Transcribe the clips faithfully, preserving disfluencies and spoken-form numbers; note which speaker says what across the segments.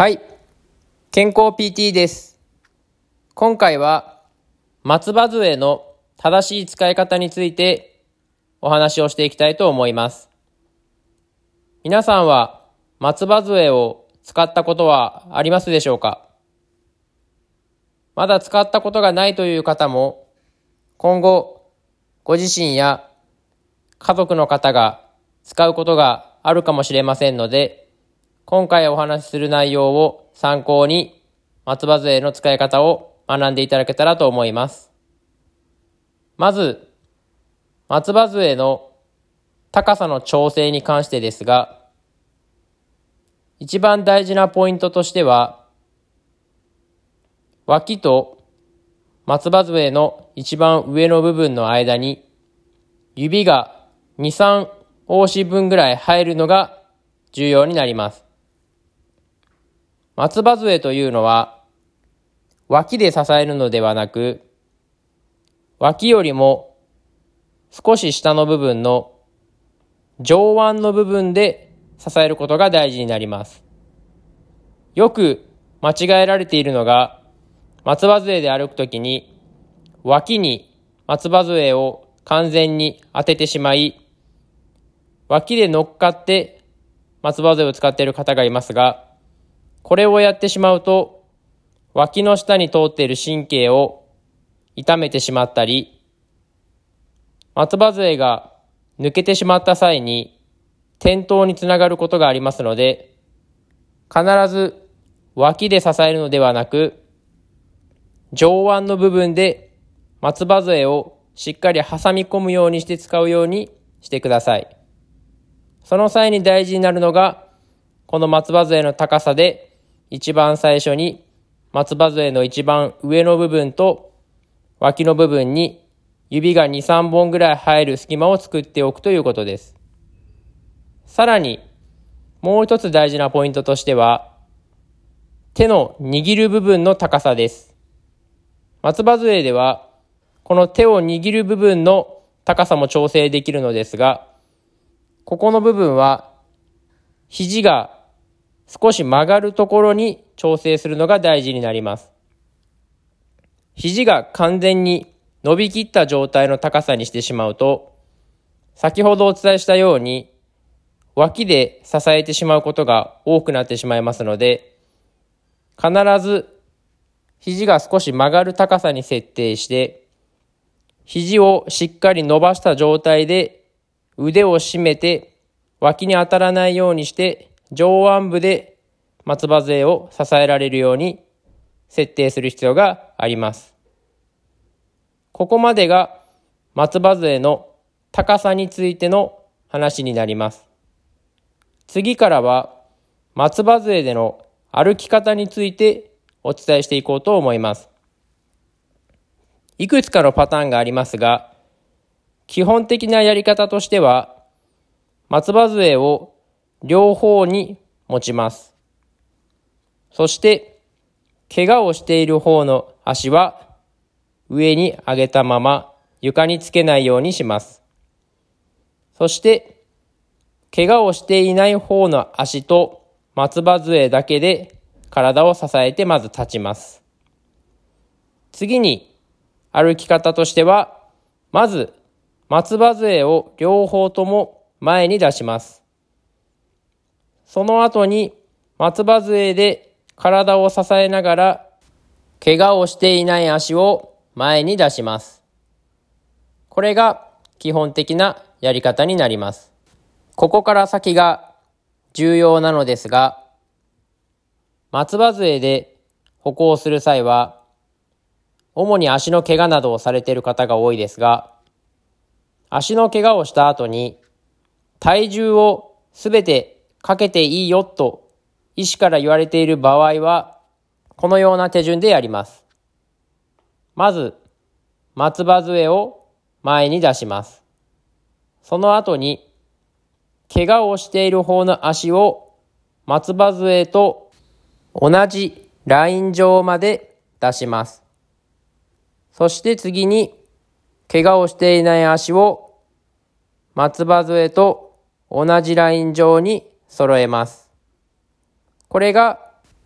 Speaker 1: はい、健康 ピーティー です。今回は松葉杖の正しい使い方についてお話をしていきたいと思います。皆さんは松葉杖を使ったことはありますでしょうか？まだ使ったことがないという方も、今後ご自身や家族の方が使うことがあるかもしれませんので、今回お話しする内容を参考に松葉杖の使い方を学んでいただけたらと思います。まず、松葉杖の高さの調整に関してですが、一番大事なポイントとしては、脇と松葉杖の一番上の部分の間に指がに、さんおうしぶんぐらい入るのが重要になります。松葉杖というのは脇で支えるのではなく、脇よりも少し下の部分の上腕の部分で支えることが大事になります。よく間違えられているのが、松葉杖で歩くときに脇に松葉杖を完全に当ててしまい、脇で乗っかって松葉杖を使っている方がいますが、これをやってしまうと脇の下に通っている神経を痛めてしまったり、松葉杖が抜けてしまった際に転倒につながることがありますので、必ず脇で支えるのではなく、上腕の部分で松葉杖をしっかり挟み込むようにして使うようにしてください。その際に大事になるのが、この松葉杖の高さで一番最初に松葉杖の一番上の部分と脇の部分に指がに、さんぼんぐらい入る隙間を作っておくということです。さらにもう一つ大事なポイントとしては、手の握る部分の高さです。松葉杖ではこの手を握る部分の高さも調整できるのですが、ここの部分は肘が少し曲がるところに調整するのが大事になります。肘が完全に伸びきった状態の高さにしてしまうと、先ほどお伝えしたように脇で支えてしまうことが多くなってしまいますので、必ず肘が少し曲がる高さに設定して、肘をしっかり伸ばした状態で腕を締めて脇に当たらないようにして上腕部で松葉杖を支えられるように設定する必要があります。ここまでが松葉杖の高さについての話になります。次からは松葉杖での歩き方についてお伝えしていこうと思います。いくつかのパターンがありますが、基本的なやり方としては、松葉杖を両方に持ちます。そして、怪我をしている方の足は上に上げたまま床につけないようにします。そして、怪我をしていない方の足と松葉杖だけで体を支えてまず立ちます。次に歩き方としては、まず松葉杖を両方とも前に出します。その後に松葉杖で体を支えながら怪我をしていない足を前に出します。これが基本的なやり方になります。ここから先が重要なのですが、松葉杖で歩行する際は、主に足の怪我などをされている方が多いですが、足の怪我をした後に体重をすべてかけていいよと医師から言われている場合は、このような手順でやります。まず、松葉杖を前に出します。その後に、怪我をしている方の足を松葉杖と同じライン上まで出します。そして次に、怪我をしていない足を松葉杖と同じライン上に揃えます。これが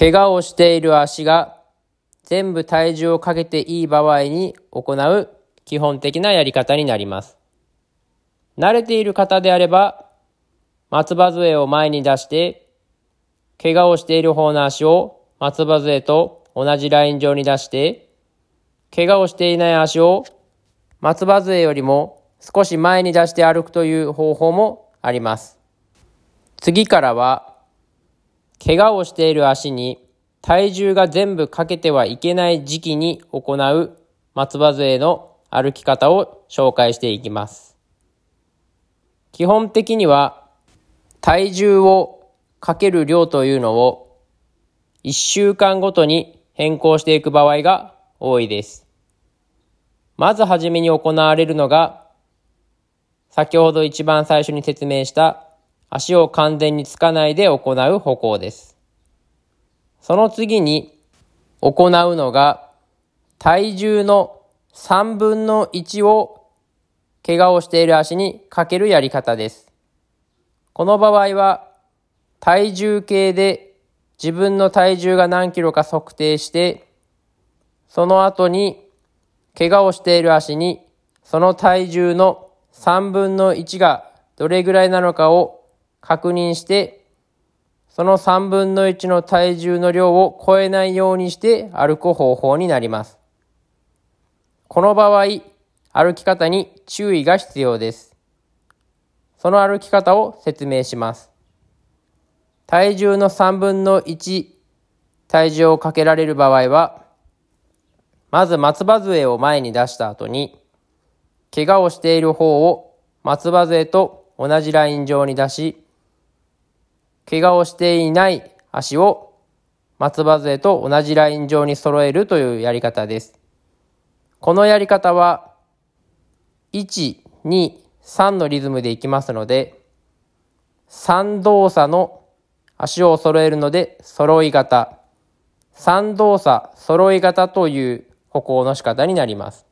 Speaker 1: 怪我をしている足が全部体重をかけていい場合に行う基本的なやり方になります。慣れている方であれば、松葉杖を前に出して、怪我をしている方の足を松葉杖と同じライン上に出して、怪我をしていない足を松葉杖よりも少し前に出して歩くという方法もあります。次からは、怪我をしている足に体重が全部かけてはいけない時期に行う松葉杖の歩き方を紹介していきます。基本的には体重をかける量というのをいっしゅうかんごとに変更していく場合が多いです。まずはじめに行われるのが、先ほど一番最初に説明した足を完全につかないで行う歩行です。その次に行うのが、体重のさんぶんのいちを怪我をしている足にかけるやり方です。この場合は、体重計で自分の体重が何キロか測定して、その後に怪我をしている足にその体重のさんぶんのいちがどれぐらいなのかを確認して、そのさんぶんのいちの体重の量を超えないようにして歩く方法になります。この場合、歩き方に注意が必要です。その歩き方を説明します。体重のさんぶんのいち体重をかけられる場合は、まず松葉杖を前に出した後に、怪我をしている方を松葉杖と同じライン上に出し、怪我をしていない足を松葉杖と同じライン上に揃えるというやり方です。このやり方は、いち、に、さんのリズムでいきますので、さん動作の足を揃えるので揃い型、さん動作揃い型という歩行の仕方になります。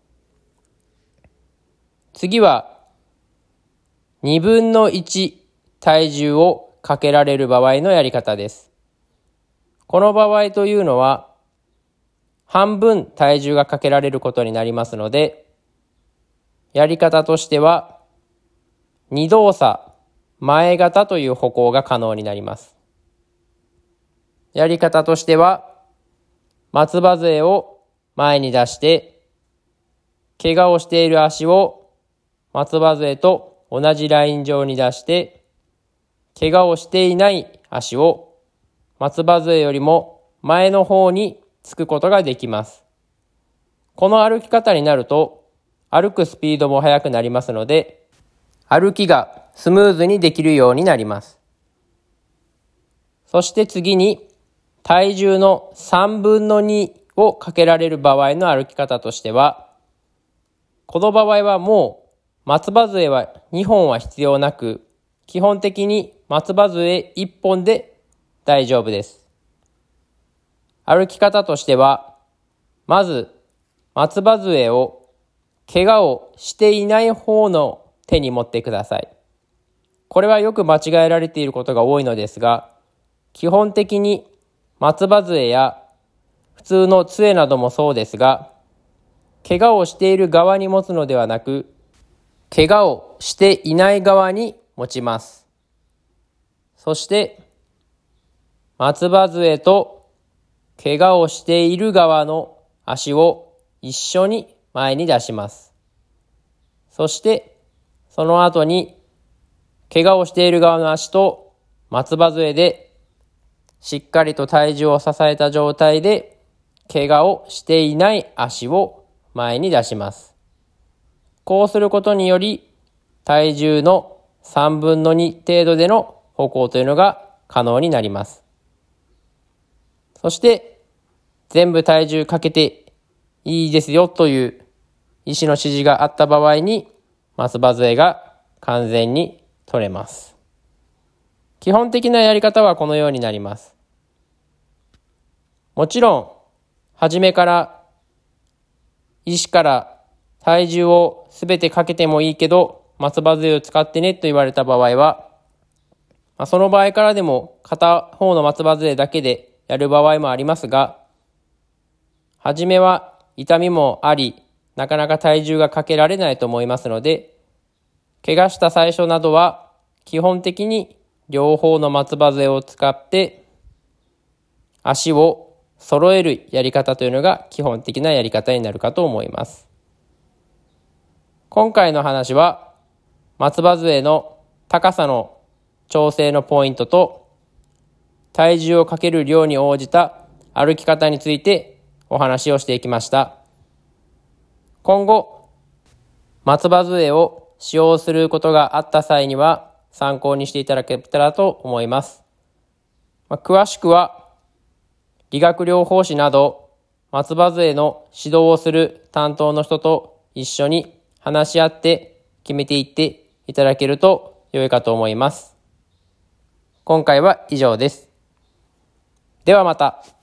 Speaker 1: 次は、にぶんのいち体重をかけられる場合のやり方です。この場合というのは、半分体重がかけられることになりますので、やり方としては、に動作前型という歩行が可能になります。やり方としては、松葉杖を前に出して、怪我をしている足を松葉杖と同じライン上に出して、怪我をしていない足を松葉杖よりも前の方につくことができます。この歩き方になると、歩くスピードも速くなりますので、歩きがスムーズにできるようになります。そして次に、体重のさんぶんのにをかけられる場合の歩き方としては、この場合はもう松葉杖はにほんは必要なく、基本的に松葉杖いっぽんで大丈夫です。歩き方としては、まず松葉杖を怪我をしていない方の手に持ってください。これはよく間違えられていることが多いのですが、基本的に松葉杖や普通の杖などもそうですが、怪我をしている側に持つのではなく、怪我をしていない側に持ちます。そして、松葉杖と怪我をしている側の足を一緒に前に出します。そして、その後に、怪我をしている側の足と松葉杖でしっかりと体重を支えた状態で、怪我をしていない足を前に出します。こうすることにより、体重のさんぶんのに程度での歩行というのが可能になります。そして、全部体重かけていいですよという医師の指示があった場合に、松葉杖が完全に取れます。基本的なやり方はこのようになります。もちろん、初めから医師から体重をすべてかけてもいいけど、松葉杖を使ってねと言われた場合は、その場合からでも片方の松葉杖だけでやる場合もありますが、はじめは痛みもあり、なかなか体重がかけられないと思いますので、怪我した最初などは基本的に両方の松葉杖を使って足を揃えるやり方というのが基本的なやり方になるかと思います。今回の話は松葉杖の高さの調整のポイントと体重をかける量に応じた歩き方についてお話をしていきました。今後、松葉杖を使用することがあった際には参考にしていただけたらと思います。まあ、詳しくは理学療法士など松葉杖の指導をする担当の人と一緒に話し合って決めていっていただけると良いかと思います。今回は以上です。ではまた。